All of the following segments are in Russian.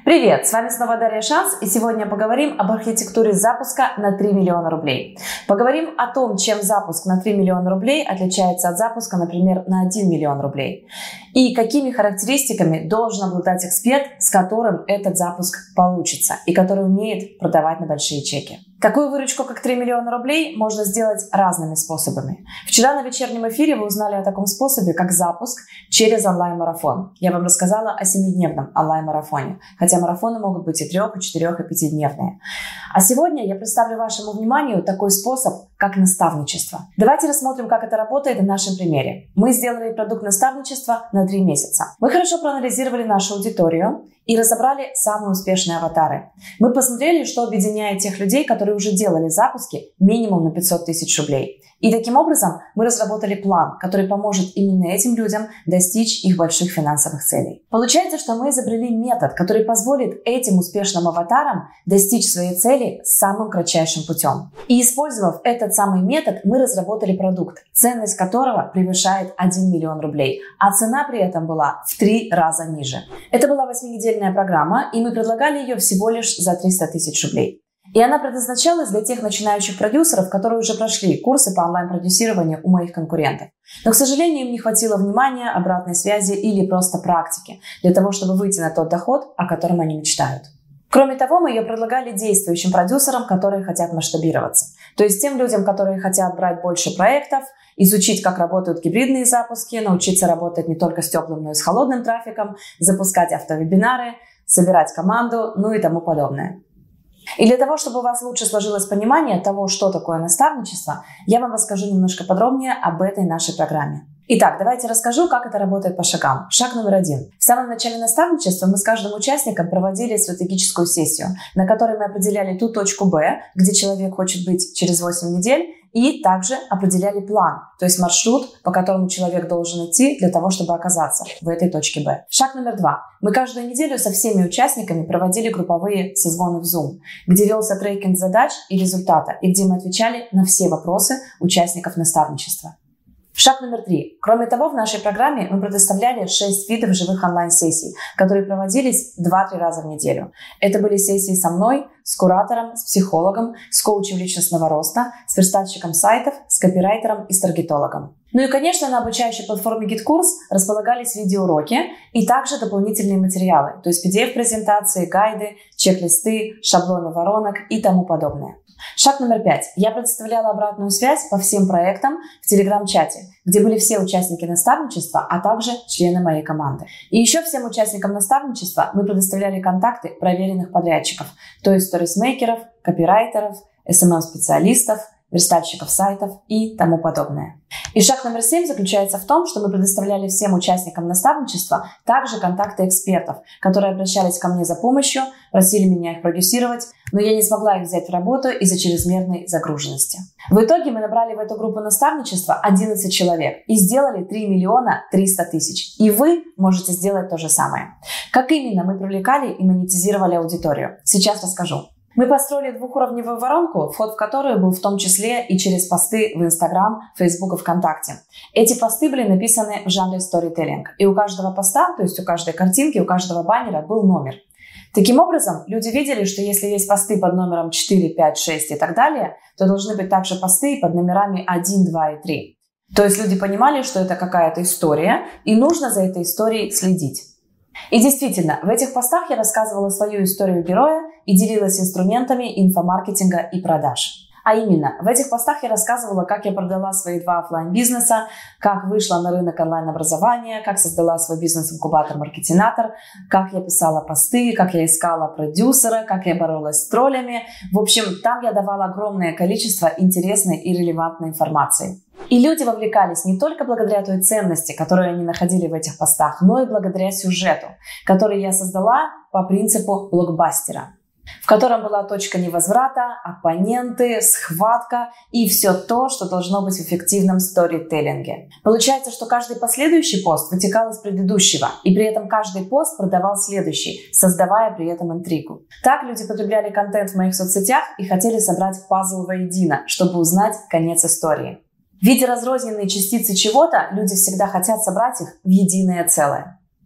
Привет, с вами снова Дарья Шанс, и сегодня поговорим об архитектуре запуска на 3 миллиона рублей. Поговорим о том, чем запуск на 3 миллиона рублей отличается от запуска, например, на 1 миллион рублей. И какими характеристиками должен обладать эксперт, с которым этот запуск получится, и который умеет продавать на большие чеки. Такую выручку, как 3 миллиона рублей, можно сделать разными способами. Вчера на вечернем эфире вы узнали о таком способе, как запуск через онлайн-марафон. Я вам рассказала о 7-дневном онлайн-марафоне, хотя марафоны могут быть и 3, и 4, и 5-дневные. А сегодня я представлю вашему вниманию такой способ, как наставничество. Давайте рассмотрим, как это работает на нашем примере. Мы сделали продукт наставничества на 3 месяца. Мы хорошо проанализировали нашу аудиторию и разобрали самые успешные аватары. Мы посмотрели, что объединяет тех людей, которые уже делали запуски минимум на 500 тысяч рублей. И таким образом мы разработали план, который поможет именно этим людям достичь их больших финансовых целей. Получается, что мы изобрели метод, который позволит этим успешным аватарам достичь своей цели самым кратчайшим путем. И использовав этот самый метод, мы разработали продукт, ценность которого превышает 1 миллион рублей, а цена при этом была в 3 раза ниже. Это была 8-недельная программа, и мы предлагали ее всего лишь за 300 тысяч рублей. И она предназначалась для тех начинающих продюсеров, которые уже прошли курсы по онлайн-продюсированию у моих конкурентов. Но, к сожалению, им не хватило внимания, обратной связи или просто практики для того, чтобы выйти на тот доход, о котором они мечтают. Кроме того, мы ее предлагали действующим продюсерам, которые хотят масштабироваться. То есть тем людям, которые хотят брать больше проектов, изучить, как работают гибридные запуски, научиться работать не только с теплым, но и с холодным трафиком, запускать автовебинары, собирать команду, ну и тому подобное. И для того, чтобы у вас лучше сложилось понимание того, что такое наставничество, я вам расскажу немножко подробнее об этой нашей программе. Итак, давайте расскажу, как это работает по шагам. Шаг номер 1. В самом начале наставничества мы с каждым участником проводили стратегическую сессию, на которой мы определяли ту точку Б, где человек хочет быть через 8 недель, и также определяли план, то есть маршрут, по которому человек должен идти для того, чтобы оказаться в этой точке Б. Шаг номер 2. Мы каждую неделю со всеми участниками проводили групповые созвоны в Zoom, где велся трекинг задач и результата, и где мы отвечали на все вопросы участников наставничества. Шаг номер 3. Кроме того, в нашей программе мы предоставляли 6 видов живых онлайн-сессий, которые проводились 2-3 раза в неделю. Это были сессии со мной, с куратором, с психологом, с коучем личностного роста, с верстальщиком сайтов, с копирайтером и с таргетологом. Ну и, конечно, на обучающей платформе GitKurs располагались видеоуроки и также дополнительные материалы, то есть PDF-презентации, гайды, чек-листы, шаблоны воронок и тому подобное. Шаг номер 5. Я предоставляла обратную связь по всем проектам в Telegram-чате, где были все участники наставничества, а также члены моей команды. И еще всем участникам наставничества мы предоставляли контакты проверенных подрядчиков, то есть сторисмейкеров, копирайтеров, SMM-специалистов, верстальщиков сайтов и тому подобное. И шаг номер 7 заключается в том, что мы предоставляли всем участникам наставничества также контакты экспертов, которые обращались ко мне за помощью, просили меня их продюсировать, но я не смогла их взять в работу из-за чрезмерной загруженности. В итоге мы набрали в эту группу наставничества 11 человек и сделали 3 миллиона 300 тысяч. И вы можете сделать то же самое. Как именно мы привлекали и монетизировали аудиторию? Сейчас расскажу. Мы построили 2-уровневую воронку, вход в которую был в том числе и через посты в Instagram, Facebook и ВКонтакте. Эти посты были написаны в жанре storytelling. И у каждого поста, то есть у каждой картинки, у каждого баннера был номер. Таким образом, люди видели, что если есть посты под номером 4, 5, 6 и так далее, то должны быть также посты под номерами 1, 2 и 3. То есть люди понимали, что это какая-то история, и нужно за этой историей следить. И действительно, в этих постах я рассказывала свою историю героя и делилась инструментами инфомаркетинга и продаж. А именно, в этих постах я рассказывала, как я продала свои 2 офлайн-бизнеса, как вышла на рынок онлайн-образования, как создала свой бизнес-инкубатор-маркетинатор, как я писала посты, как я искала продюсера, как я боролась с троллями. В общем, там я давала огромное количество интересной и релевантной информации. И люди вовлекались не только благодаря той ценности, которую они находили в этих постах, но и благодаря сюжету, который я создала по принципу блокбастера, в котором была точка невозврата, оппоненты, схватка и все то, что должно быть в эффективном сторителлинге. Получается, что каждый последующий пост вытекал из предыдущего, и при этом каждый пост продавал следующий, создавая при этом интригу. Так люди потребляли контент в моих соцсетях и хотели собрать пазл воедино, чтобы узнать конец истории. Видя разрозненные частицы чего-то, люди всегда хотят собрать их в единое целое.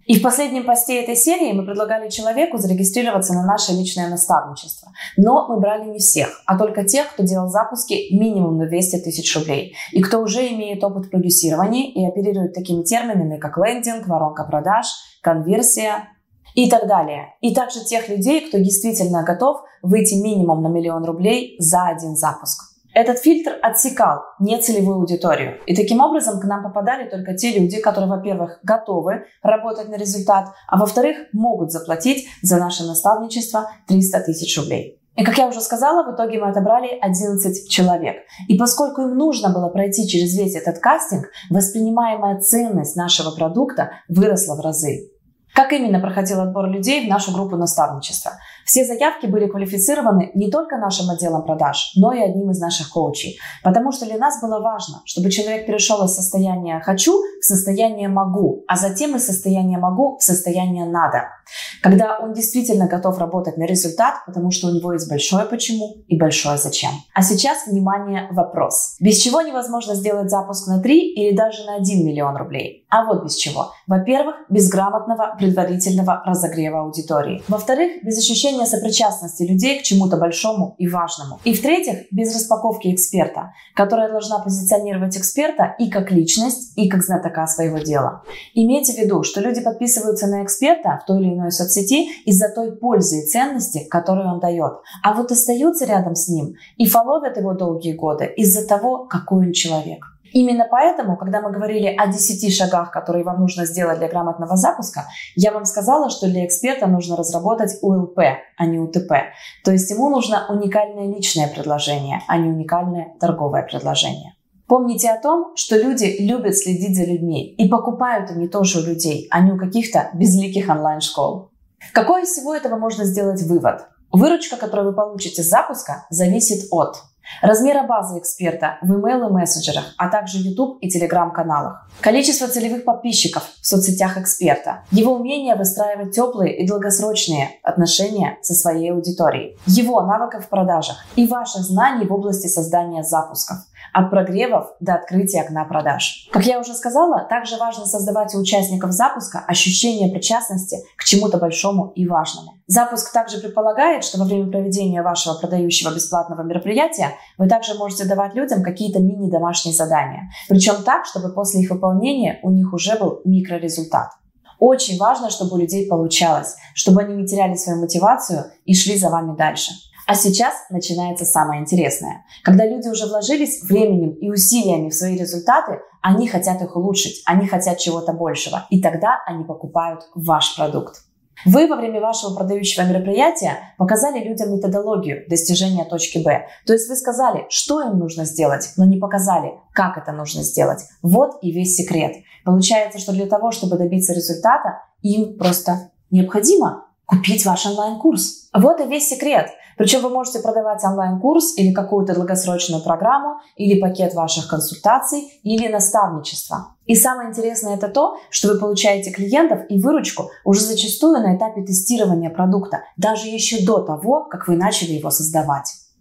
И в последнем посте этой серии мы предлагали человеку зарегистрироваться на наше личное наставничество. Но мы брали не всех, а только тех, кто делал запуски минимум на 200 тысяч рублей. И кто уже имеет опыт продюсирования и оперирует такими терминами, как лендинг, воронка продаж, конверсия и так далее. И также тех людей, кто действительно готов выйти минимум на 1 000 000 рублей за один запуск. Этот фильтр отсекал нецелевую аудиторию. И таким образом к нам попадали только те люди, которые, во-первых, готовы работать на результат, а во-вторых, могут заплатить за наше наставничество 300 тысяч рублей. И, как я уже сказала, в итоге мы отобрали 11 человек. И поскольку им нужно было пройти через весь этот кастинг, воспринимаемая ценность нашего продукта выросла в разы. Как именно проходил отбор людей в нашу группу наставничества? Все заявки были квалифицированы не только нашим отделом продаж, но и одним из наших коучей. Потому что для нас было важно, чтобы человек перешел из состояния «хочу» в состояние «могу», а затем из состояния «могу» в состояние «надо». Когда он действительно готов работать на результат, потому что у него есть большое «почему» и большое «зачем». А сейчас, внимание, вопрос. Без чего невозможно сделать запуск на 3 или даже на 1 миллион рублей? А вот без чего. Во-первых, без грамотного предварительного разогрева аудитории. Во-вторых, без ощущения сопричастности людей к чему-то большому и важному. И в-третьих, без распаковки эксперта, которая должна позиционировать эксперта и как личность, и как знатока своего дела. Имейте в виду, что люди подписываются на эксперта в той или иной соцсети из-за той пользы и ценности, которую он дает. А вот остаются рядом с ним и фолловят его долгие годы из-за того, какой он человек. Именно поэтому, когда мы говорили о 10 шагах, которые вам нужно сделать для грамотного запуска, я вам сказала, что для эксперта нужно разработать УЛП, а не УТП. То есть ему нужно уникальное личное предложение, а не уникальное торговое предложение. Помните о том, что люди любят следить за людьми, и покупают они тоже у людей, а не у каких-то безликих онлайн-школ. Какой из всего этого можно сделать вывод? Выручка, которую вы получите с запуска, зависит от размера базы эксперта в email и мессенджерах, а также YouTube и Telegram-каналах, количество целевых подписчиков в соцсетях эксперта, его умение выстраивать теплые и долгосрочные отношения со своей аудиторией, его навыков в продажах и ваших знаний в области создания запусков, от прогревов до открытия окна продаж. Как я уже сказала, также важно создавать у участников запуска ощущение причастности к чему-то большому и важному. Запуск также предполагает, что во время проведения вашего продающего бесплатного мероприятия вы также можете давать людям какие-то мини-домашние задания. Причем так, чтобы после их выполнения у них уже был микрорезультат. Очень важно, чтобы у людей получалось, чтобы они не теряли свою мотивацию и шли за вами дальше. А сейчас начинается самое интересное. Когда люди уже вложились временем и усилиями в свои результаты, они хотят их улучшить, они хотят чего-то большего. И тогда они покупают ваш продукт. Вы во время вашего продающего мероприятия показали людям методологию достижения точки Б. То есть вы сказали, что им нужно сделать, но не показали, как это нужно сделать. Вот и весь секрет. Получается, что для того, чтобы добиться результата, им просто необходимо купить ваш онлайн-курс. Вот и весь секрет. Причем вы можете продавать онлайн-курс или какую-то долгосрочную программу, или пакет ваших консультаций, или наставничество. И самое интересное это то, что вы получаете клиентов и выручку уже зачастую на этапе тестирования продукта, даже еще до того, как вы начали его создавать.